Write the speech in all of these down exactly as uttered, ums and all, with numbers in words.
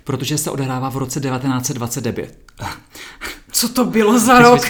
Protože se odehrává v roce devatenáct set dvacet devět. Co to bylo za rok?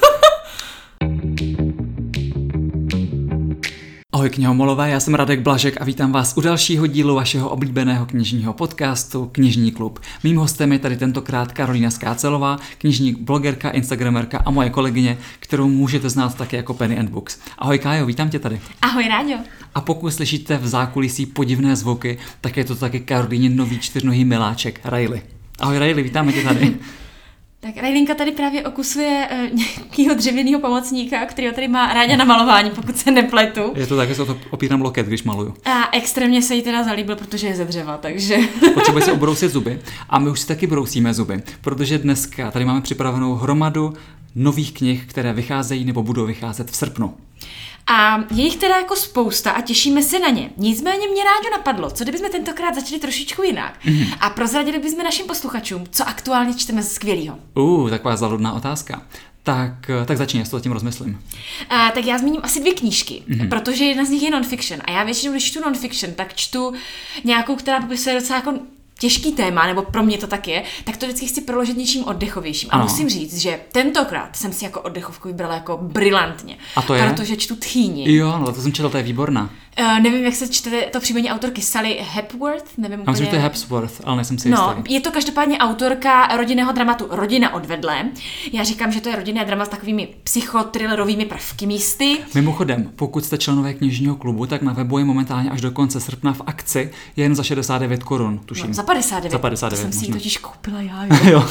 Ahoj knihomolové, já jsem Radek Blažek a vítám vás u dalšího dílu vašeho oblíbeného knižního podcastu Knižní klub. Mým hostem je tady tentokrát Karolína Skácelová, knižní blogerka, instagramerka a moje kolegyně, kterou můžete znát také jako Penny and Books. Ahoj Kájo, vítám tě tady. Ahoj Ráďo. A pokud slyšíte v zákulisí podivné zvuky, tak je to taky Karolínin nový čtyřnohý miláček Riley. Ahoj Riley, vítáme tě tady. Tak Rajlinka tady právě okusuje uh, nějakého dřevěného pomocníka, kterýho tady má Ráďa na malování, pokud se nepletu. Je to tak, že se o to opírám loket, když maluju. A extrémně se jí teda zalíbil, protože je ze dřeva, takže... Potřebuje si obrousit zuby a my už si taky brousíme zuby, protože dneska tady máme připravenou hromadu nových knih, které vycházejí nebo budou vycházet v srpnu. A je jich teda jako spousta a těšíme se na ně. Nicméně mě Ráďo napadlo, co kdybychom tentokrát začali trošičku jinak mm. a prozradili bychom našim posluchačům, co aktuálně čteme skvělýho. Uh, taková zaludná otázka. Tak, tak začni, já si to tím rozmyslím. A, tak já zmíním asi dvě knížky, mm-hmm. protože jedna z nich je non-fiction a já většinou, když čtu non-fiction, tak čtu nějakou, která popisuje docela jako těžký téma, nebo pro mě to tak je, tak to vždycky chci proložit něčím oddechovějším. A ano. Musím říct, že tentokrát jsem si jako oddechovku vybrala jako brilantně. A to je? Protože čtu Tchýni. Jo, no to jsem četla, to je výborná. Uh, nevím, jak se čte to příjmení autorky Sally Hepworth, nevím úplně. Myslím, že to je Hepworth, ale nejsem si No, jistý. je to každopádně autorka rodinného dramatu Rodina odvedle. Já říkám, že to je rodinné drama s takovými psychotrillerovými prvky místy. Mimochodem, pokud jste členové knižního klubu, tak na webu je momentálně až do konce srpna v akci jen za šedesát devět korun, tuším. No, za padesát devět. Za padesát devět. To jsem si ji možná. totiž koupila já, jo. jo.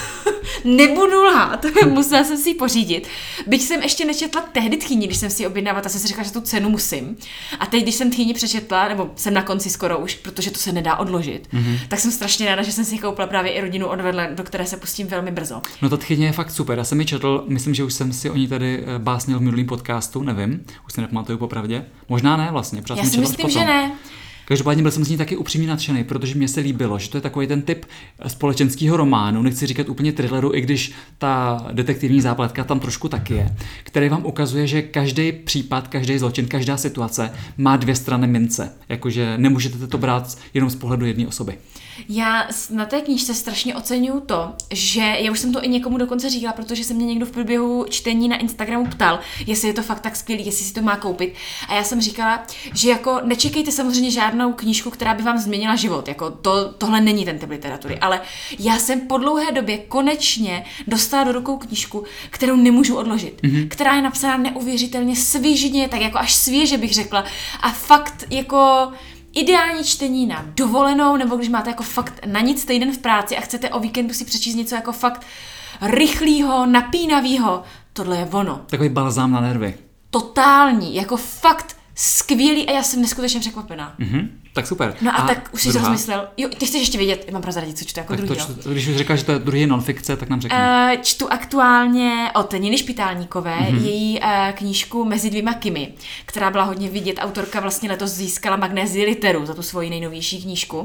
Nebudu lhát, musela jsem si ji pořídit. Byť jsem ještě nečetla tehdy Tchýni, když jsem si ji objednávala, tak jsem si říkala, že tu cenu musím. A teď, když jsem Tchýni přečetla, nebo jsem na konci skoro už, protože to se nedá odložit, mm-hmm. tak jsem strašně ráda, že jsem si koupila právě i Rodinu odvedle, do které se pustím velmi brzo. No ta Tchýně je fakt super. Já jsem ji četl, myslím, že už jsem si o ní tady básnil v minulém podcastu, nevím, už si nepamatuju popravdě. Možná ne vlastně. Já si myslím, že ne. Každopádně byl jsem z ní taky upřímně nadšený, protože mě se líbilo, že to je takový ten typ společenského románu, nechci říkat úplně thrilleru, i když ta detektivní zápletka tam trošku taky je, který vám ukazuje, že každý případ, každý zločin, každá situace má dvě strany mince, jakože nemůžete to brát jenom z pohledu jedné osoby. Já na té knížce strašně oceňuju to, že já už jsem to i někomu dokonce říkala, protože se mě někdo v průběhu čtení na Instagramu ptal, jestli je to fakt tak skvělý, jestli si to má koupit. A já jsem říkala, že jako nečekejte samozřejmě žádnou knížku, která by vám změnila život. Jako to, tohle není ten typ literatury, ale já jsem po dlouhé době konečně dostala do rukou knížku, kterou nemůžu odložit, mm-hmm. která je napsaná neuvěřitelně svižně, tak jako až svěže bych řekla. A fakt jako ideální čtení na dovolenou, nebo když máte jako fakt na nic týden v práci a chcete o víkendu si přečíst něco jako fakt rychlýho, napínavýho. Tohle je ono. Takový balzám na nervy. Totální, jako fakt skvělý a já jsem neskutečně překvapená. Mm-hmm. Tak super. No a, a tak už jsi to druhá? rozmyslel. Jo, ty chceš ještě vědět, mám prozradit, co čtu jako tak druhý. To čtu, když už říkáš, že to je druhý non-fikce, tak nám řekni. Uh, čtu aktuálně od Niny Špitálníkové mm-hmm. její uh, knížku Mezi dvěma Kimi, která byla hodně vidět. Autorka vlastně letos získala Magnézii literu za tu svoji nejnovější knížku.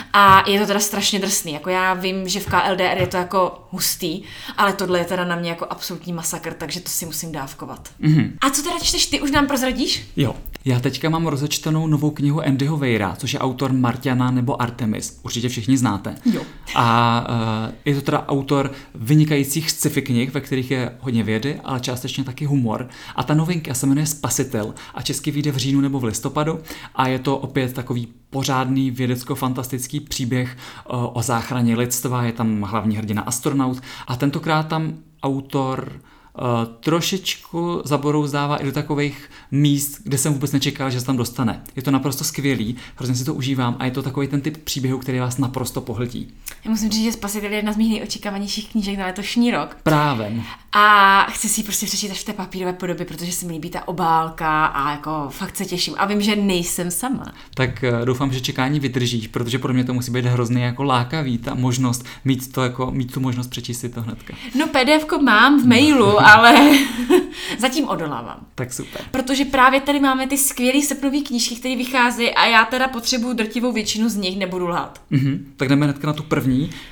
A je to teda strašně drsný. Jako já vím, že v K L D R je to jako hustý, ale tohle je teda na mě jako absolutní masakr, takže to si musím dávkovat. Mm-hmm. A co teda čteš ty? Už nám prozradíš? Jo. Já teďka mám rozečtenou novou knihu Andyho Weira, což je autor Marťana nebo Artemis. Určitě všichni znáte. Jo. A uh, je to teda autor vynikajících sci-fi knih, ve kterých je hodně vědy, ale částečně taky humor. A ta novinka se jmenuje Spasitel a česky vyjde v říjnu nebo v listopadu a je to opět takový pořádný vědecko-fantastický příběh uh, o záchraně lidstva. Je tam hlavní hrdina astronaut a tentokrát tam autor Uh, trošičku zaborouzává i do takových míst, kde jsem vůbec nečekal, že se tam dostane. Je to naprosto skvělý, hrozně si to užívám a je to takový ten typ příběhu, který vás naprosto pohltí. Já musím říct, že Spasitel je jedna z mých nejočekávanějších knížek na letošní rok. Právem. A chci si ji prostě přečíst až v té papírové podobě, protože se mi líbí ta obálka a jako fakt se těším. A vím, že nejsem sama. Tak uh, doufám, že čekání vydržíš, protože pro mě to musí být hrozně jako lákavý, ta možnost mít to jako, mít tu možnost přečíst si to hnedka. No P D F ko mám v mailu, ale zatím odolávám. Tak super. Protože právě tady máme ty skvělé srpnové knížky, které vycházejí a já teda potřebuju drtivou většinu z nich, nebudu lhát. Mm-hmm. Tak jdeme hnedka na tu první,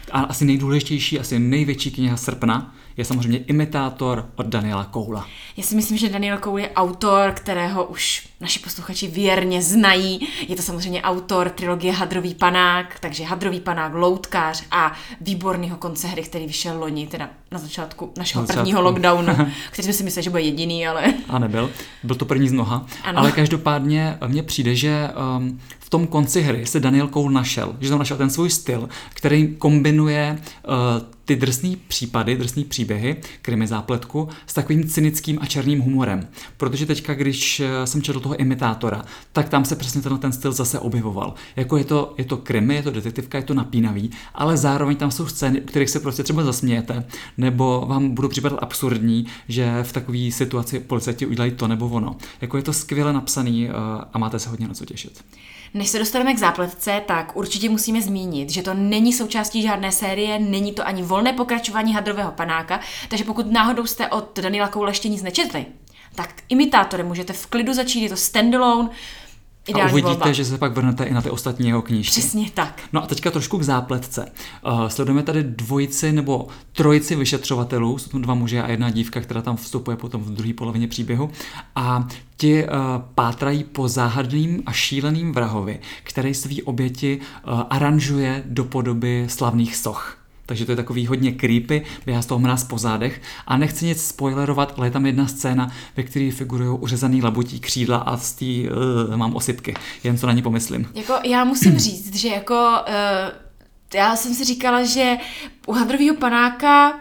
A asi nejdůležitější, asi největší kniha srpna je samozřejmě Imitátor od Daniela Koula. Já si myslím, že Daniel Koul je autor, kterého už naši posluchači věrně znají. Je to samozřejmě autor trilogie Hadrový panák, takže Hadrový panák, Loutkář a Výbornýho konce hry, který vyšel loni, teda na začátku našeho na začátku. prvního lockdownu, který jsme si mysleli, že bude jediný, ale... A nebyl. Byl to první z mnoha. Ano. Ale každopádně mně přijde, že um, v tom konci hry se Daniel Koul našel, že tam našel ten svůj styl, který kombinuje uh, ty drsný případy, drsný příběhy, krimi zápletku s takovým cynickým a černým humorem. Protože teďka, když jsem četl toho Imitátora, tak tam se přesně tenhle ten styl zase objevoval. Jako je to, je to krimi, je to detektivka, je to napínavý, ale zároveň tam jsou scény, u kterých se prostě třeba zasmějete, nebo vám budou připadat absurdní, že v takové situaci policajti udělají to nebo ono. Jako je to skvěle napsaný a máte se hodně na co těšit. Než se dostaneme k zápletce, tak určitě musíme zmínit, že to není součástí žádné série, není to ani volné pokračování Hadrového panáka, takže pokud náhodou jste od Daniela Koule ještě nic nečetli, tak Imitátorem můžete v klidu začít, je to standalone, ideální a uvidíte, volba. Že se pak vrhnete i na ty ostatní jeho knížky. Přesně tak. No a teďka trošku k zápletce. Uh, sledujeme tady dvojici nebo trojici vyšetřovatelů, jsou tam dva muži a jedna dívka, která tam vstupuje potom v druhé polovině příběhu a ti uh, pátrají po záhadným a šíleným vrahovi, který svý oběti uh, aranžuje do podoby slavných soch. Takže to je takový hodně creepy, běhá z toho mráz po zádech a nechci nic spoilerovat, ale je tam jedna scéna, ve které figurují uřezaný labutí křídla a z té uh, mám osypky, jen co na ní pomyslím. Jako já musím říct, že jako uh, já jsem si říkala, že u Hadrovýho panáka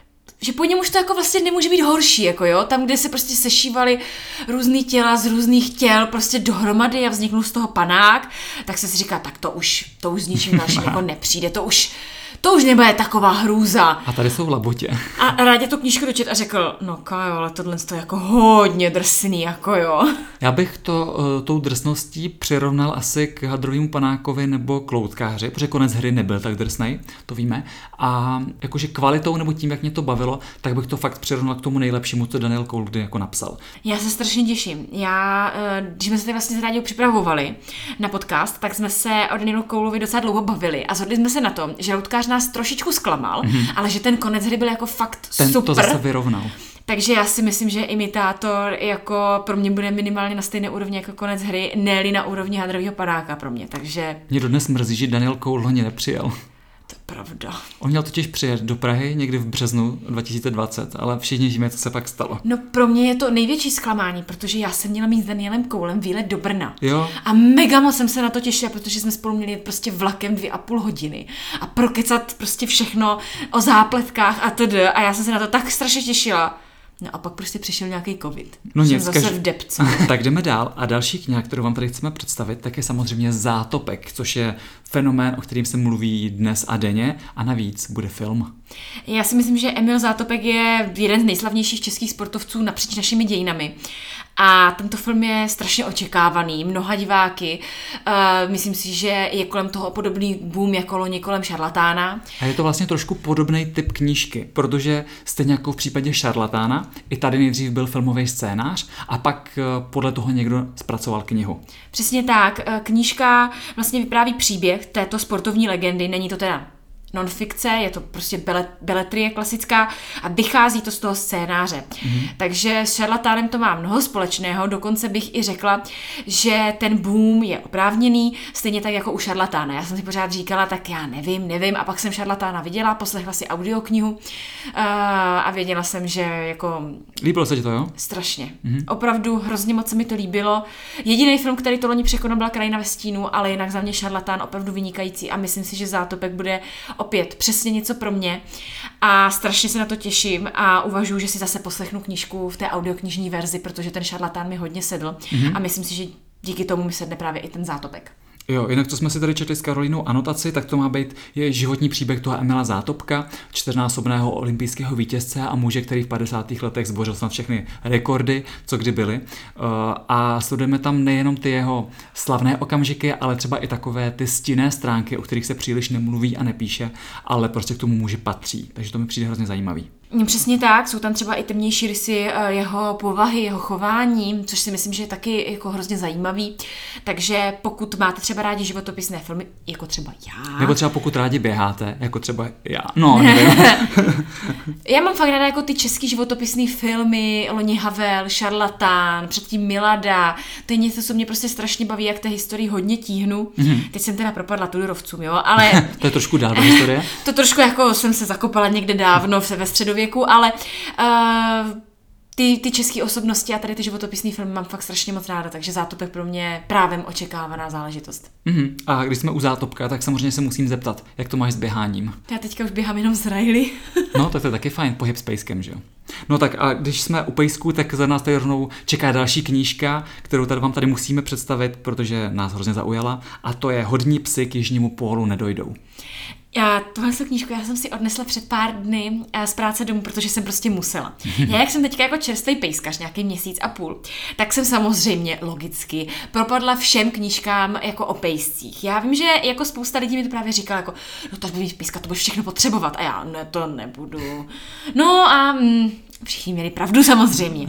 že po něm už to jako vlastně nemůže být horší, jako jo, tam, kde se prostě sešívaly různý těla z různých těl prostě dohromady a vzniknul z toho panák, tak se si říká, tak to už, to už s ničím dalším jako nepřijde, to už, to už nebude taková hrůza. A tady jsou labutě. A rád je tu knížku dočet a řekl, no Kájo, ale tohle je jako hodně drsný, jako jo. Já bych to uh, tou drsností přirovnal asi k Hadrovému panákovi nebo k Loutkáři, protože konec hry nebyl tak drsnej, to víme. A jakože kvalitou nebo tím, jak mě to bavilo, tak bych to fakt přirovnal k tomu nejlepšímu, co Daniel Koul kdy jako napsal. Já se strašně těším. Já, když jsme se tady vlastně s Ráďou připravovali na podcast, tak jsme se o Danielu Koulovi docela dlouho bavili a shodli jsme se na tom, že Loutkář nás trošičku zklamal, mm-hmm. ale že ten konec hry byl jako fakt ten super. To zase vyrovnal. Takže já si myslím, že Imitátor jako pro mě bude minimálně na stejné úrovni jako konec hry, ne-li na úrovni Hadrovýho panáka pro mě, takže... Mě dodnes mrzí, že Daniel Koul loni nepřijel. To je pravda. On měl totiž přijet do Prahy někdy v březnu dva tisíce dvacet, ale všichni víme, co se pak stalo. No pro mě je to největší zklamání, protože já jsem měla mít s Danielem Koulem výlet do Brna. Jo. A mega moc jsem se na to těšila, protože jsme spolu měli jet prostě vlakem dvě a půl hodiny a prokecat prostě všechno o zápletkách a td. A já jsem se na to tak strašně těšila. No a pak prostě přišel nějaký covid. No jsem nic, zase kaž... v depce. Tak jdeme dál a další kniha, kterou vám tady chceme představit, tak je samozřejmě Zátopek, což je fenomén, o kterým se mluví dnes a denně a navíc bude film. Já si myslím, že Emil Zátopek je jeden z nejslavnějších českých sportovců napříč našimi dějinami. A tento film je strašně očekávaný, mnoha diváky. Uh, myslím si, že je kolem toho podobný boom jako loni kolem Šarlatána. A je to vlastně trošku podobný typ knížky, protože stejně jako v případě Šarlatána, i tady nejdřív byl filmový scénář a pak uh, podle toho někdo zpracoval knihu. Přesně tak. Knížka vlastně vypráví příběh této sportovní legendy, není to teda non-fikce, je to prostě belet, beletrie klasická a vychází to z toho scénáře. Mm-hmm. Takže s Šarlatánem to má mnoho společného, dokonce bych i řekla, že ten boom je oprávněný, stejně tak jako u Šarlatána. Já jsem si pořád říkala, tak já nevím, nevím a pak jsem Šarlatána viděla, poslechla si audioknihu uh, a věděla jsem, že jako... Líbilo se ti to, jo? Strašně. Mm-hmm. Opravdu hrozně moc se mi to líbilo. Jediný film, který to loni překonal, byla Krajina ve stínu, ale jinak za mě Šarlatán opravdu vynikající a myslím si, že Zátopek bude opět přesně něco pro mě a strašně se na to těším a uvažuji, že si zase poslechnu knížku v té audioknižní verzi, protože ten Šarlatán mi hodně sedl mm-hmm. a myslím si, že díky tomu mi sedne právě i ten Zátopek. Jo, jinak co jsme si tady četli s Karolínou anotaci, tak to má být je životní příběh toho Emila Zátopka, čtyřnásobného olympijského vítězce a muže, který v padesátých letech zbořil snad všechny rekordy, co kdy byly. A sledujeme tam nejenom ty jeho slavné okamžiky, ale třeba i takové ty stinné stránky, o kterých se příliš nemluví a nepíše, ale prostě k tomu muži patří. Takže to mi přijde hrozně zajímavý. Přesně tak, jsou tam třeba i temnější rysy jeho povahy, jeho chování, což si myslím, že je taky jako hrozně zajímavý. Takže pokud máte třeba rádi životopisné filmy, jako třeba já. Nebo třeba pokud rádi běháte, jako třeba já. No, nevím. Já mám fakt ráda jako ty český životopisné filmy, Loni Havel, Šarlatán, předtím Milada. To je něco, co mě prostě strašně baví, jak té historii hodně tíhnu. Mm-hmm. Teď jsem teda propadla Tudorovcům, jo, ale... To je trošku dál do historie. To trošku jako jsem se zakopala někde dávno ve středověku, ale uh, ty, ty české osobnosti a tady ty životopisný filmy mám fakt strašně moc ráda, takže Zátopek pro mě právem očekávaná záležitost. Mm-hmm. A když jsme u Zátopka, tak samozřejmě se musím zeptat, jak to máš s běháním? Já teďka už běhám jenom z Riley. No, tak to je taky fajn, pohyb s pejskem, že jo? No tak a když jsme u pejsků, tak za nás tady rovnou čeká další knížka, kterou tady vám tady musíme představit, protože nás hrozně zaujala, a to je Hodní psy k jižnímu pólu nedojdou. Já tuhle knížku já jsem si odnesla před pár dny z práce domů, protože jsem prostě musela. Já jak jsem teďka jako čerstvý pejskař, nějaký měsíc a půl, tak jsem samozřejmě logicky propadla všem knížkám jako o pejscích. Já vím, že jako spousta lidí mi to právě říkala, jako, no to budeš pejska, to budeš všechno potřebovat, a já, ne, to nebudu. No a... Mm, všichni měli pravdu samozřejmě.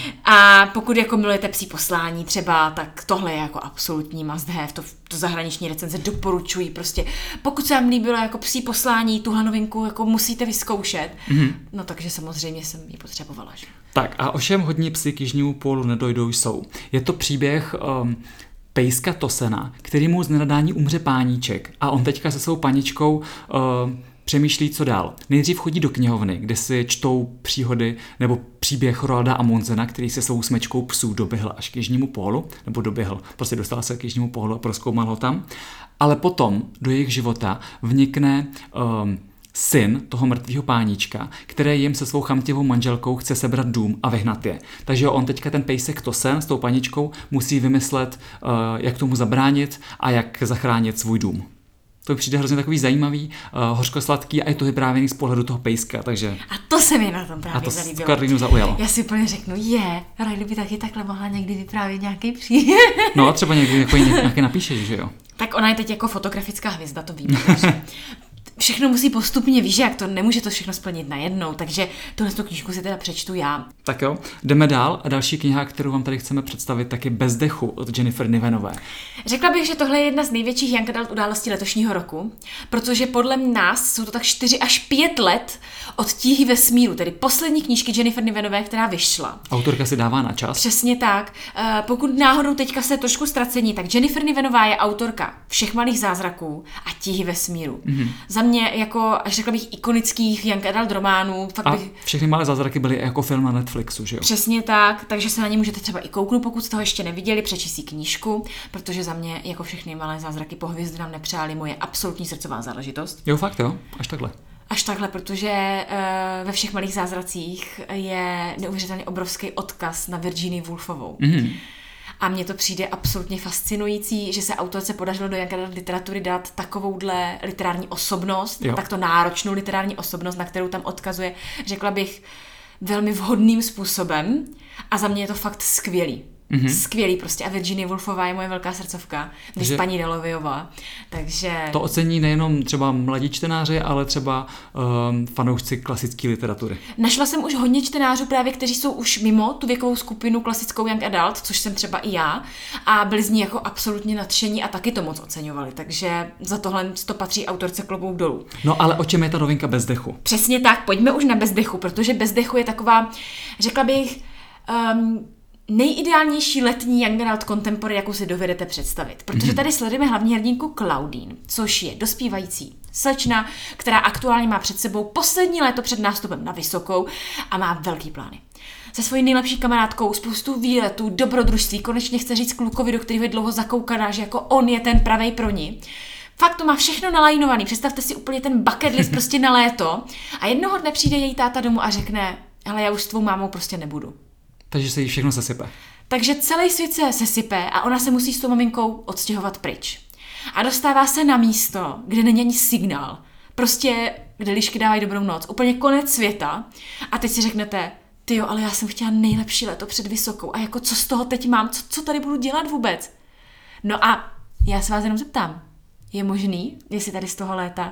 A pokud jako milujete psí poslání třeba, tak tohle je jako absolutní must have, to, to zahraniční recenze doporučuji prostě. Pokud se vám líbilo jako psí poslání, tuhle novinku jako musíte vyzkoušet. Mm-hmm. No takže samozřejmě jsem ji potřebovala, že? Tak a o čem Hodní psy k jižnímu pólu nedojdou jsou? Je to příběh um, pejska Tosena, kterýmu z nenadání umře páníček a on teďka se svou paničkou uh, přemýšlí, co dál. Nejdřív chodí do knihovny, kde si čtou příhody nebo příběh Roalda Amundsena, který se svou smečkou psů doběhl až k jižnímu pólu, nebo doběhl, prostě dostal se k jižnímu pólu a prozkoumal ho tam. Ale potom do jejich života vnikne um, syn toho mrtvého páníčka, který jim se svou chamtivou manželkou chce sebrat dům a vyhnat je. Takže on teďka ten pejsek Tosen s tou paničkou musí vymyslet, uh, jak tomu zabránit a jak zachránit svůj dům. To přijde hrozně takový zajímavý, uh, hořkosladký a je to vyprávěný z pohledu toho pejska, takže... A to se mi na tom právě zalíbilo. A to Karlínu zaujalo. Já si úplně řeknu, je, Riley by taky takhle mohla někdy vyprávět nějaký příběh. No a třeba někdy jako nějaké napíšeš, že jo? Tak ona je teď jako fotografická hvězda, to víme, takže... Všechno musí postupně, víš, jak to nemůže to všechno splnit najednou, takže tuhle knížku si teda přečtu já. Tak jo, jdeme dál a další kniha, kterou vám tady chceme představit, tak je Bez dechu od Jennifer Nivenové. Řekla bych, že tohle je jedna z největších young adult událostí letošního roku, protože podle nás jsou to tak čtyři až pět let od Tíhy vesmíru, tedy poslední knížky Jennifer Nivenové, která vyšla. Autorka si dává na čas. Přesně tak. Pokud náhodou teďka se trošku ztracení, tak Jennifer Nivenová je autorka Všech malých zázraků a Tíhy vesmíru. Mm-hmm. Za mě jako, až řekla bych, ikonických young adult románů. Fakt a bych... Všechny malé zázraky byly jako film na Netflixu, že jo? Přesně tak, takže se na ně můžete třeba i kouknout, pokud jste ho ještě neviděli, přečíst si knížku, protože za mě jako Všechny malé zázraky po hvězdy nám nepřáli moje absolutní srdcová záležitost. Jo, fakt jo, až takhle. Až takhle, protože uh, ve Všech malých zázracích je neuvěřitelně obrovský odkaz na Virginii Woolfovou. Mm-hmm. A mně to přijde absolutně fascinující, že se autorce podařilo do young adult literatury dát takovouhle literární osobnost, jo. takto náročnou literární osobnost, na kterou tam odkazuje, řekla bych, velmi vhodným způsobem. A za mě je to fakt skvělý. Mm-hmm. Skvělý prostě. A Virginia Woolfová je moje velká srdcovka, než že... paní Delauyová. Takže... To ocení nejenom třeba mladí čtenáři, ale třeba um, fanoušci klasické literatury. Našla jsem už hodně čtenářů právě, kteří jsou už mimo tu věkovou skupinu klasickou young adult, což jsem třeba i já, a byli z ní jako absolutně nadšení a taky to moc oceňovali. Takže za tohle to patří autorce klobouk dolů. No ale o čem je ta novinka Bez dechu? Přesně tak, pojďme už na Bez dechu, protože Bez dechu je taková, řekla bych, um, nejideálnější letní young adult contemporary, jakou si dovedete představit. Protože tady sledujeme hlavní hrdinku Claudine, což je dospívající slečna, která aktuálně má před sebou poslední léto před nástupem na vysokou a má velký plány. Se svojí nejlepší kamarádkou spoustu výletů, dobrodružství, konečně chce říct klukovi, do kterého je dlouho zakoukaná, že jako on je ten pravej pro ní. Fakt to má všechno nalajnovaný. Představte si úplně ten bucket list prostě na léto a jednoho dne přijde její táta domů a řekne, hele, já už s tvou mámou prostě nebudu. Takže se jí všechno sesype. Takže celý svět se sesype a ona se musí s tou maminkou odstěhovat pryč. A dostává se na místo, kde není ani signál. Prostě, kde lišky dávají dobrou noc. Úplně konec světa. A teď si řeknete, tyjo, ale já jsem chtěla nejlepší léto před vysokou. A jako co z toho teď mám? Co, co tady budu dělat vůbec? No a já se vás jenom zeptám. Je možný, jestli tady z toho léta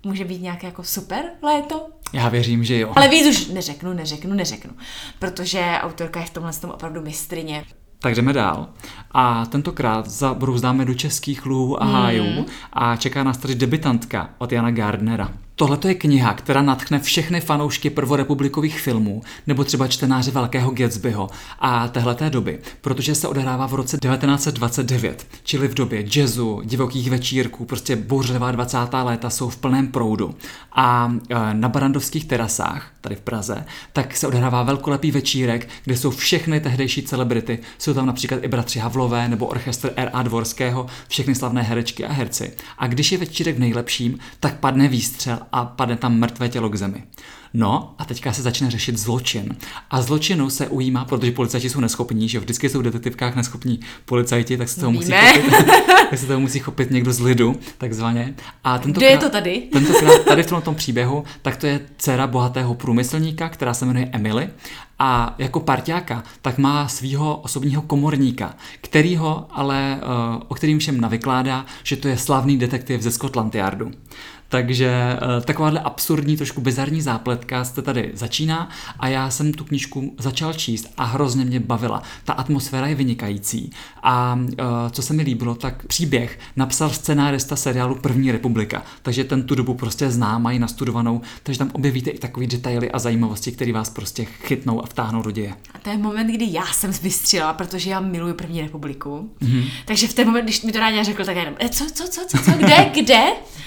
může být nějaké jako super léto? Já věřím, že jo. Ale víc už neřeknu, neřeknu, neřeknu, protože autorka je v tomhle tom opravdu mistryně. Tak jdeme dál. A tentokrát zabrouzdáme do českých luhů a hájů mm. a čeká nás tady debutantka od Jana Gardnera. Tohle je kniha, která nadchne všechny fanoušky prvorepublikových filmů nebo třeba čtenáře Velkého Gatsbyho a téhleté doby, protože se odehrává v roce devatenáct set dvacet devět, čili v době jazzu, divokých večírků, prostě bouřlivá dvacátá léta jsou v plném proudu. A na Barrandovských terasách, tady v Praze, tak se odehrává velkolepý večírek, kde jsou všechny tehdejší celebrity. Jsou tam například i bratři Havlové nebo orchestr R A Dvorského, všechny slavné herečky a herci. A když je večírek v nejlepším, tak padne výstřel a padne tam mrtvé tělo k zemi. No a teďka se začne řešit zločin. A zločinu se ujímá, protože policajti jsou neschopní, že vždycky jsou v detektivkách neschopní policajti, tak se toho, musí chopit, tak se toho musí chopit někdo z lidu, takzvaně. A kdo je to tady? Tentokrát tady v tomto příběhu, tak to je dcera bohatého průmyslníka, která se jmenuje Emily. A jako parťáka tak má svýho osobního komorníka, kterýho ale, o kterým všem navykládá, že to je slavný detektiv ze Scotland Yardu. Takže takováhle absurdní, trošku bizarní zápletka se tady začíná a já jsem tu knížku začal číst a hrozně mě bavila. Ta atmosféra je vynikající a co se mi líbilo, tak příběh napsal scenárista seriálu První republika, takže ten tu dobu prostě zná, mají nastudovanou, takže tam objevíte i takový detaily a zajímavosti, které vás prostě chytnou a vtáhnou do děje. A to je moment, kdy já jsem vystřelila, protože já miluju První republiku. Mm-hmm. Takže v ten moment, když mi to Ráďa řekl, tak já jenom, co, co, co, co, co, kde, kde?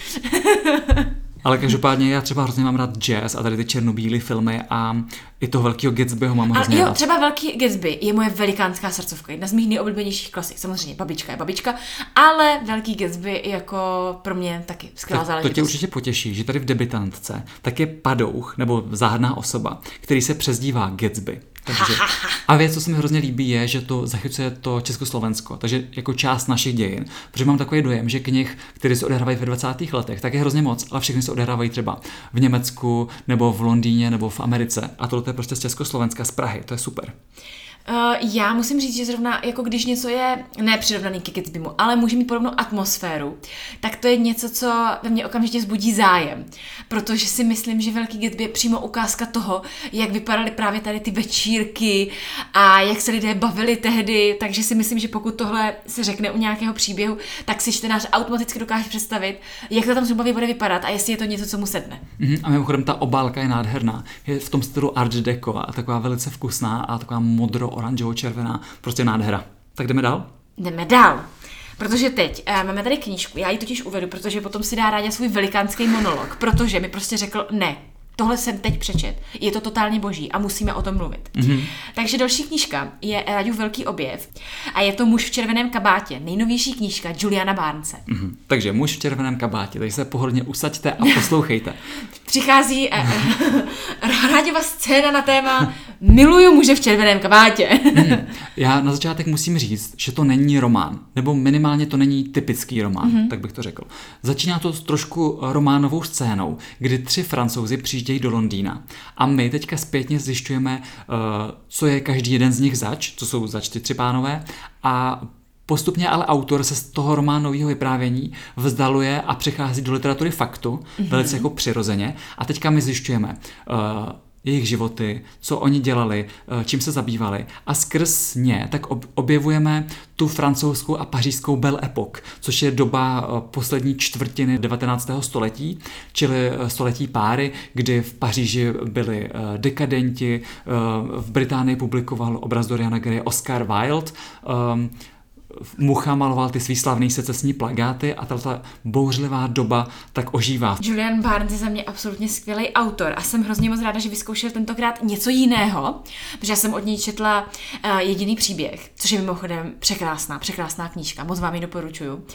Ale každopádně já třeba hrozně mám rád jazz a tady ty černobílé filmy a i toho Velkého Gatsbyho mám hrozně ale jo, rád. Třeba Velký Gatsby je moje velikánská srdcovka, jedna z mých nejoblíbenějších klasik. Samozřejmě babička je babička, ale Velký Gatsby je jako pro mě taky skvělá záležitost. To tě určitě potěší, že tady v debutantce tak je padouch nebo záhadná osoba, který se přezdívá Gatsby. Takže, a věc, co se mi hrozně líbí, je, že to zachycuje to Československo, takže jako část našich dějin. Protože mám takový dojem, že knih, které se odehrávají ve dvacátých letech, tak je hrozně moc, ale všechny se odehrávají třeba v Německu, nebo v Londýně, nebo v Americe. A tohle je prostě z Československa, z Prahy, to je super. Uh, já musím říct, že zrovna jako když něco je nepřirovnaný ke Gatsbymu, ale může mít podobnou atmosféru, tak to je něco, co ve mně okamžitě vzbudí zájem. Protože si myslím, že Velký Gatsby je přímo ukázka toho, jak vypadaly právě tady ty večírky a jak se lidé bavili tehdy, takže si myslím, že pokud tohle se řekne u nějakého příběhu, tak si čtenář automaticky dokáže představit, jak to tam zhruba bude vypadat a jestli je to něco, co mu sedne. Mm-hmm. A mimochodem ta obálka je nádherná. Je v tom stylu Art Deco a taková velice vkusná a taková modro oranžovo-červená, prostě nádhera. Tak jdeme dál? Jdeme dál. Protože teď uh, máme tady knížku, já ji totiž uvedu, protože potom si dá Ráďa svůj velikánský monolog, protože mi prostě řekl ne. Tohle jsem teď přečet. Je to totálně boží a musíme o tom mluvit. Mm-hmm. Takže další knížka je Ráďův velký objev a je to Muž v červeném kabátě. Nejnovější knížka Juliana Barnese. Mm-hmm. Takže Muž v červeném kabátě. Takže se pohodlně usaďte a poslouchejte. Přichází uh, Ráďova scéna na téma Miluju muže v červeném kabátě. mm. Já na začátek musím říct, že to není román. Nebo minimálně to není typický román, mm-hmm. tak bych to řekl. Začíná to s trošku románovou scénou, kdy tři Francouzi přijíždějí do Londýna. A my teďka zpětně zjišťujeme, co je každý jeden z nich zač, co jsou zač ty tři pánové. A postupně ale autor se z toho románového vyprávění vzdaluje a přechází do literatury faktu, mm-hmm. velice jako přirozeně. A teďka my zjišťujeme jejich životy, co oni dělali, čím se zabývali. A skrz ně tak objevujeme tu francouzskou a pařížskou Belle Époque, což je doba poslední čtvrtiny devatenáctého století, čili století páry, kdy v Paříži byli dekadenti, v Británii publikoval obraz Doriana Graye Oscar Wilde, Mucha maloval ty svý slavný secesní plagáty a tato bouřlivá doba tak ožívá. Julian Barnes je za mě absolutně skvělý autor a jsem hrozně moc ráda, že vyzkoušel tentokrát něco jiného, protože já jsem od něj četla uh, Jediný příběh, což je mimochodem překrásná, překrásná knížka, moc vám ji doporučuju. Uh,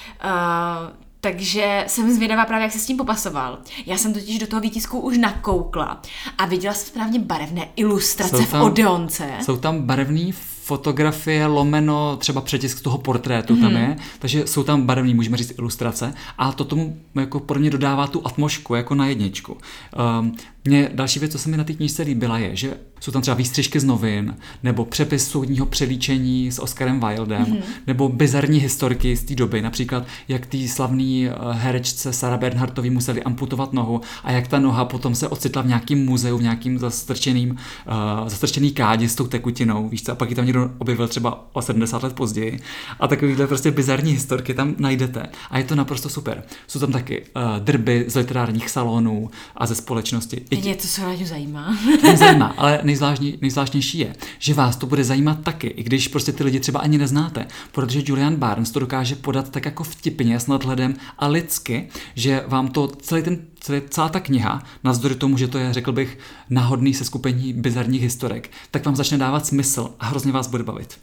Takže jsem zvědavá právě, jak se s tím popasoval. Já jsem totiž do toho výtisku už nakoukla a viděla jsem správně barevné ilustrace tam, v Odeonce. Jsou tam barevné fotografie, lomeno, třeba přetisk toho portrétu mm. tam je, takže jsou tam barevný, můžeme říct, ilustrace a to tomu jako pro mě dodává tu atmosféru jako na jedničku. Um, Mě další věc, co se mi na té knížce líbila, je, že Jsou tam třeba výstřižky z novin, nebo přepis soudního přelíčení s Oscarem Wildem, mm-hmm. nebo bizarní historky z té doby, například jak tý slavný herečce Sarah Bernhardtový museli amputovat nohu a jak ta noha potom se ocitla v nějakém muzeu, v nějakým zastrčeným, uh, zastrčený kádi s tou tekutinou, víš co, a pak ji tam někdo objevil třeba o sedmdesát let později. A takovýhle prostě bizarní historky tam najdete. A je to naprosto super. Jsou tam taky uh, drby z literárních salonů a ze společnosti. Mě to se rádi zajímá. To mě zajímá, ale nejzvláštní, nejzvláštnější je, že vás to bude zajímat taky, i když prostě ty lidi třeba ani neznáte, protože Julian Barnes to dokáže podat tak jako vtipně, s nadhledem a lidsky, že vám to celý ten, celý, celá ta kniha, navzdory tomu, že to je, řekl bych, náhodný seskupení bizarních historek, tak vám začne dávat smysl a hrozně vás bude bavit.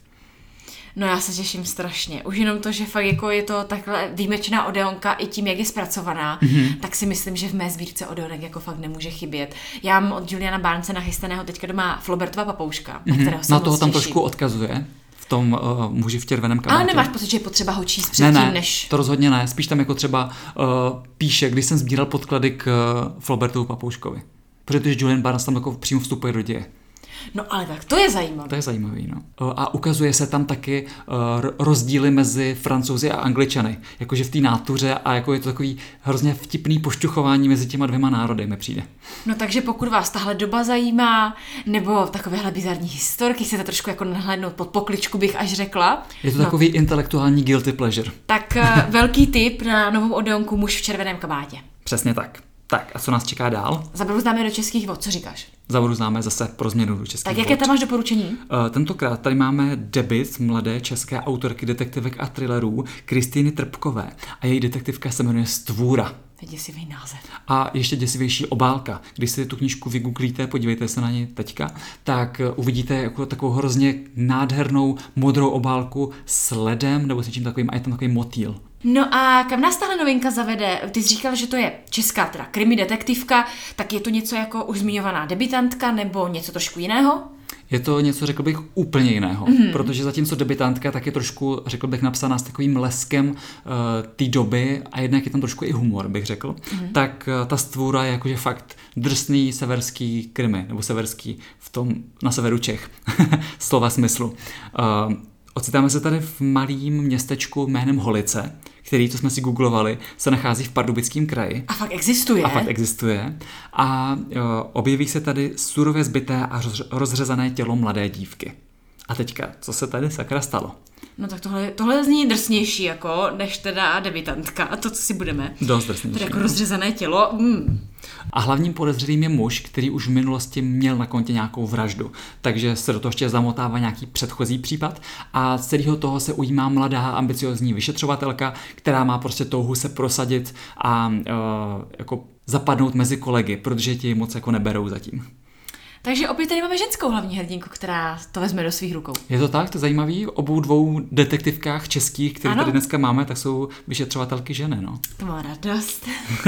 No já se těším strašně. Už jenom to, že fakt jako je to takhle výjimečná Odeonka i tím, jak je zpracovaná, mm-hmm. tak si myslím, že v mé sbírce Odeonek jako fakt nemůže chybět. Já mám od Juliana Barnese nachystaného teďka doma Flaubertova papouška, mm-hmm. na kterého se na toho moc tam těším. Trošku odkazuje v tom uh, muži v červeném kabátě. Ale nemáš pocit, že je potřeba ho číst předtím, ne, ne, než... to rozhodně ne. Spíš tam jako třeba uh, píše, když jsem sbíral podklady k uh, Flaubertovu papouškovi. Protože Julian Barnes tam jako přímo vstupuje do děje. No ale tak to je zajímavé. To je zajímavý, no. A ukazuje se tam taky uh, rozdíly mezi Francouzi a Angličany. Jakože v té nátuře a jako je to takový hrozně vtipný pošťuchování mezi těma dvěma národy, mi přijde. No takže pokud vás tahle doba zajímá, nebo takovéhle bizarní historky, chcete trošku jako nahlédnout pod pokličku, bych až řekla. Je to no. takový intelektuální guilty pleasure. Tak uh, velký tip na novou Odeonku Muž v červeném kabátě. Přesně tak. Tak a co nás čeká dál? Zabruzdáme do českých vod, co říkáš? Zabruzdáme zase pro změnu do českých Tak vod. jaké tam máš doporučení? Uh, tentokrát tady máme debut mladé české autorky detektivek a thrillerů Kristýny Trpkové a její detektivka se jmenuje Stvůra. Děsivý název. A ještě děsivější obálka. Když si tu knížku vygooglíte, podívejte se na ně teďka, tak uvidíte jako takovou hrozně nádhernou modrou obálku s ledem nebo s něčím takovým a je tam takový motýl. No a kam nás tahle novinka zavede? Ty jsi říkal, že to je česká teda krimi detektivka, tak je to něco jako už zmiňovaná debutantka nebo něco trošku jiného? Je to něco, řekl bych, úplně jiného, mm-hmm. protože zatímco debutantka tak je trošku, řekl bych, napsaná s takovým leskem uh, té doby a jednak je tam trošku i humor, bych řekl, mm-hmm. tak uh, ta Stvůra je jakože fakt drsný severský krimi, nebo severský v tom, na severu Čech, slova smyslu. Uh, ocitáme se tady v malém městečku jménem Holice, který, co jsme si googlovali, se nachází v Pardubickém kraji. A fakt existuje. A fakt existuje. A jo, objeví se tady surově zbyté a roz, rozřezané tělo mladé dívky. A teďka, co se tady sakra stalo? No tak tohle, tohle zní drsnější, jako, než teda debutantka a to, co si budeme. Dost drsnější. Tedy jako rozřezané tělo. Mm. A hlavním podezřelým je muž, který už v minulosti měl na kontě nějakou vraždu. Takže se do toho ještě zamotává nějaký předchozí případ a z celého toho se ujímá mladá ambiciozní vyšetřovatelka, která má prostě touhu se prosadit a uh, jako zapadnout mezi kolegy, protože ti moc jako neberou zatím. Takže opět tady máme ženskou hlavní hrdinku, která to vezme do svých rukou. Je to tak, to je zajímavý. V obou dvou detektivkách českých, které ano. tady dneska máme, tak jsou vyšetřovatelky ženy, no. To má radost.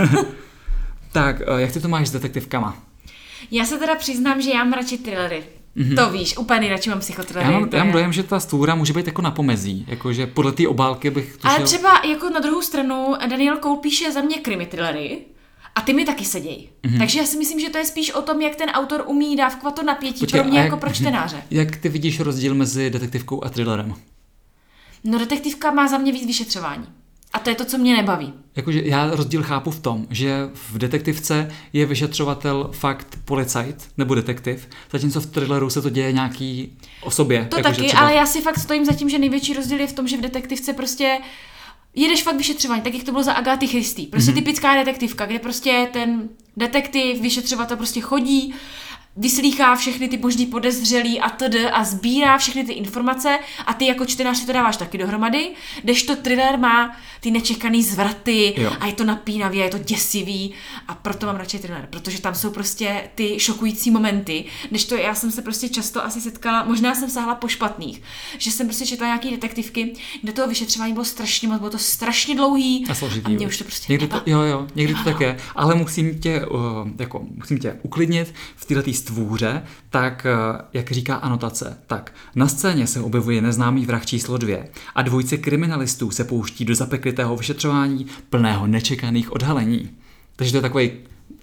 Tak, jak ty to máš s detektivkama? Já se teda přiznám, že já mám radši thrillery. Mm-hmm. To víš, úplně nejradši mám psychotrillery. Já mám, já mám dojem, že ta Stvůra může být jako na pomezí, jakože podle té obálky bych tušil... Ale třeba jako na druhou stranu Daniel Cole píše za mě krimi thrillery a ty mi taky sedějí. Mm-hmm. Takže já si myslím, že to je spíš o tom, jak ten autor umí dávkovat to napětí. Počkej, pro mě jak, jako pro čtenáře. Jak ty vidíš rozdíl mezi detektivkou a thrillerem? No detektivka má za mě víc vyšetřování. A to je to, co mě nebaví. Jakože já rozdíl chápu v tom, že v detektivce je vyšetřovatel fakt policajt nebo detektiv, zatímco v thrilleru se to děje nějaký osobě. To jako taky, třeba... ale já si fakt stojím za tím, že největší rozdíl je v tom, že v detektivce prostě jedeš fakt vyšetřování, tak jak to bylo za Agáty Christie. Prostě mm-hmm. typická detektivka, kde prostě ten detektiv, vyšetřovatel prostě chodí, vyslýchá všechny ty možný podezřelí a td. A sbírá všechny ty informace a ty jako čtenář si to dáváš taky dohromady, kdežto thriller má ty nečekaný zvraty jo. a je to napínavý a je to děsivý a proto mám radši thriller, protože tam jsou prostě ty šokující momenty, než to já jsem se prostě často asi setkala, možná jsem sahla po špatných, že jsem prostě četla nějaký detektivky, kde toho vyšetřování bylo strašně moc, bylo to strašně dlouhý a, složitý, a mě už to prostě někdy to, jo, jo, někdy to tak je, ale musím tě, uh, jako, musím tě uklidnit v této Stvůře, tak jak říká anotace, tak na scéně se objevuje neznámý vrah číslo dvě a dvojce kriminalistů se pouští do zapeklitého vyšetřování plného nečekaných odhalení. Takže to je takový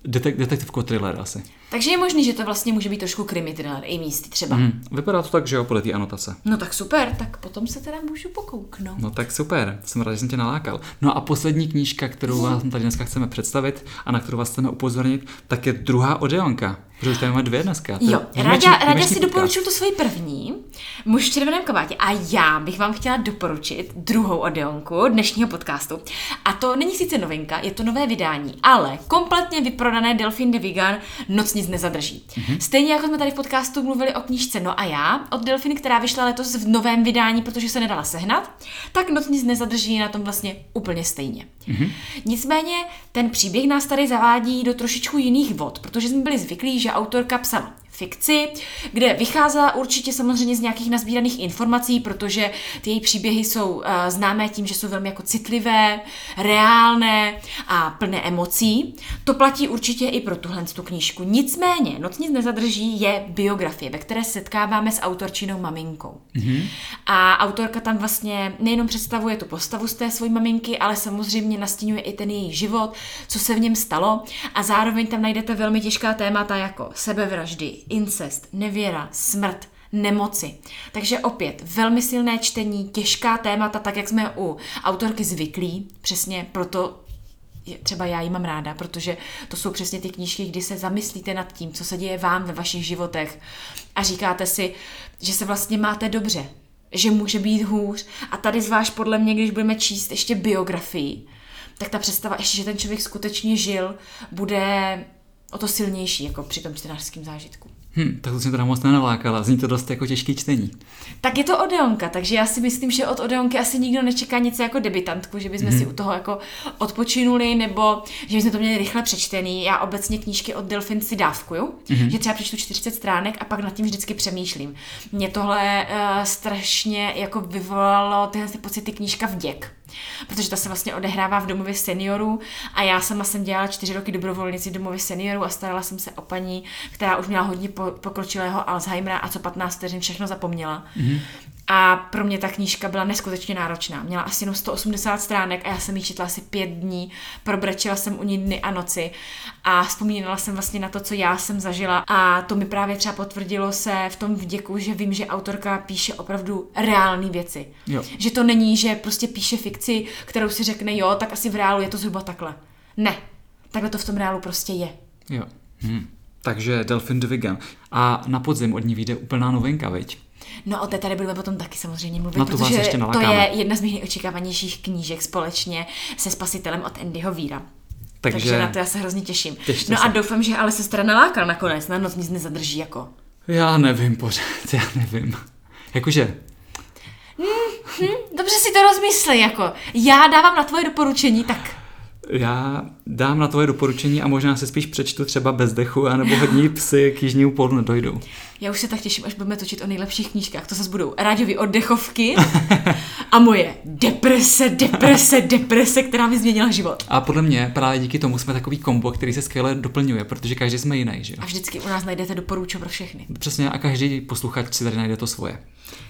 detek- detektivko thriller asi. Takže je možný, že to vlastně může být trošku krimi thriller, i místy třeba. Mm, vypadá to tak, že jo, podle té anotace. No tak super, tak potom se teda můžu pokouknout. No tak super, jsem rád, že jsem tě nalákal. No a poslední knížka, kterou vám tady dneska chceme představit a na kterou vás chceme upozornit, tak je druhá Odeonka. Protože už tady máme dvě dneska. Jo, ráda, ráda si doporučuji tu svoji první, Muž v červeném kabátě. A já bych vám chtěla doporučit druhou Odeonku dnešního podcastu. A to není sice novinka, je to nové vydání, ale kompletně vyprodané Delphine de Vigan Noc nic nezadrží. Mm-hmm. Stejně jako jsme tady v podcastu mluvili o knížce No a já od Delphine, která vyšla letos v novém vydání, protože se nedala sehnat, tak Noc nic nezadrží na tom vlastně úplně stejně. Mm-hmm. Nicméně ten příběh nás tady zavádí do trošičku jiných vod, protože jsme byli zvyklí, že autorka psala fikci, kde vycházela určitě samozřejmě z nějakých nazbíraných informací, protože ty její příběhy jsou uh, známé tím, že jsou velmi jako citlivé, reálné a plné emocí. To platí určitě i pro tuhle tu knížku. Nicméně, Noc nic nezadrží je biografie, ve které se setkáváme s autorčinou maminkou. Mm-hmm. A autorka tam vlastně nejenom představuje tu postavu z té své maminky, ale samozřejmě nastínuje i ten její život, co se v něm stalo, a zároveň tam najdete velmi těžká témata jako sebevraždy, incest, nevěra, smrt, nemoci. Takže opět velmi silné čtení, těžká témata, tak jak jsme u autorky zvyklí, přesně proto třeba já ji mám ráda, protože to jsou přesně ty knížky, kdy se zamyslíte nad tím, co se děje vám ve vašich životech a říkáte si, že se vlastně máte dobře, že může být hůř. A tady zvlášť podle mě, když budeme číst ještě biografii, tak ta představa ještě, že ten člověk skutečně žil, bude o to silnější, jako při tom čtenářském zážitku. Hm, tak to jsem teda moc nenalákala, zní to dost jako těžký čtení. Tak je to Odeonka, takže já si myslím, že od Odeonky asi nikdo nečeká nic jako debitantku, že bychom mm. si u toho jako odpočinuli, nebo že bychom to měli rychle přečtený. Já obecně knížky od Delphine si dávkuju, mm. že třeba přečtu čtyřicet stránek a pak nad tím vždycky přemýšlím. Mě tohle uh, strašně jako vyvolalo tyhle pocity knížka Vděk. Protože ta se vlastně odehrává v domově seniorů a já sama jsem dělala čtyři roky dobrovolnici v domově seniorů a starala jsem se o paní, která už měla hodně pokročilého Alzheimera a co patnáct vteřin všechno zapomněla. Mm-hmm. A pro mě ta knížka byla neskutečně náročná. Měla asi jenom sto osmdesát stránek a já jsem ji četla asi pět dní, probrečela jsem u ní dny a noci a vzpomínala jsem vlastně na to, co já jsem zažila, a to mi právě třeba potvrdilo se v tom Vděku, že vím, že autorka píše opravdu reální věci. Jo. Že to není, že prostě píše fikci, kterou si řekne, jo, tak asi v reálu je to zhruba takhle. Ne, takhle to v tom reálu prostě je. Jo. Hm. Takže Delphine de Vigan. A na podzim od ní vyjde úplná novinka, viď? No o té tady budeme potom taky samozřejmě mluvit, no to protože to je jedna z mých nejočekávanějších knížek společně se Spasitelem od Andyho Weira. Takže, Takže na to já se hrozně těším. No se. A doufám, že ale se teda nalákal nakonec, na Noc nic nezadrží jako. Já nevím pořád, já nevím. Jakože... Hmm, hm, dobře si to rozmysli, jako. Já dávám na tvoje doporučení, tak... Já dám na tvoje doporučení a možná se spíš přečtu třeba Bez dechu, anebo Hodní psy k jižnímu pólu nedojdou. Já už se tak těším, až budeme točit o nejlepších knížkách. To zase budou Ráďovy oddechovky a moje deprese, deprese, deprese, která mi změnila život. A podle mě právě díky tomu jsme takový kombo, který se skvěle doplňuje, protože každý jsme jiný, že jo? A vždycky u nás najdete doporučení pro všechny. Přesně, a každý posluchač si tady najde to svoje.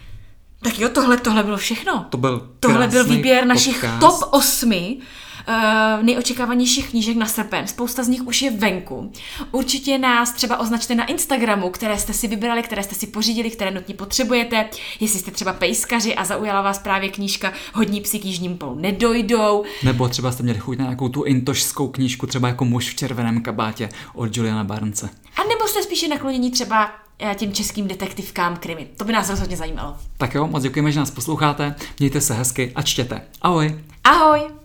Tak jo, tohle, tohle bylo všechno. To byl tohle byl výběr podcast. Našich top osmi Uh, nejočekávanějších knížek na srpen. Spousta z nich už je venku. Určitě nás třeba označte na Instagramu, které jste si vybrali, které jste si pořídili, které nutně potřebujete. Jestli jste třeba pejskaři a zaujala vás právě knížka Hodní psi k jižním pólu nedojdou. Nebo třeba jste měli chuť na nějakou tu intošskou knížku, třeba jako Muž v červeném kabátě od Juliana Barnese. A nebo jste spíše naklonění třeba těm českým detektivkám krimi. To by nás rozhodně zajímalo. Tak jo, moc děkujeme, že nás posloucháte. Mějte se hezky a čtěte. Ahoj. Ahoj.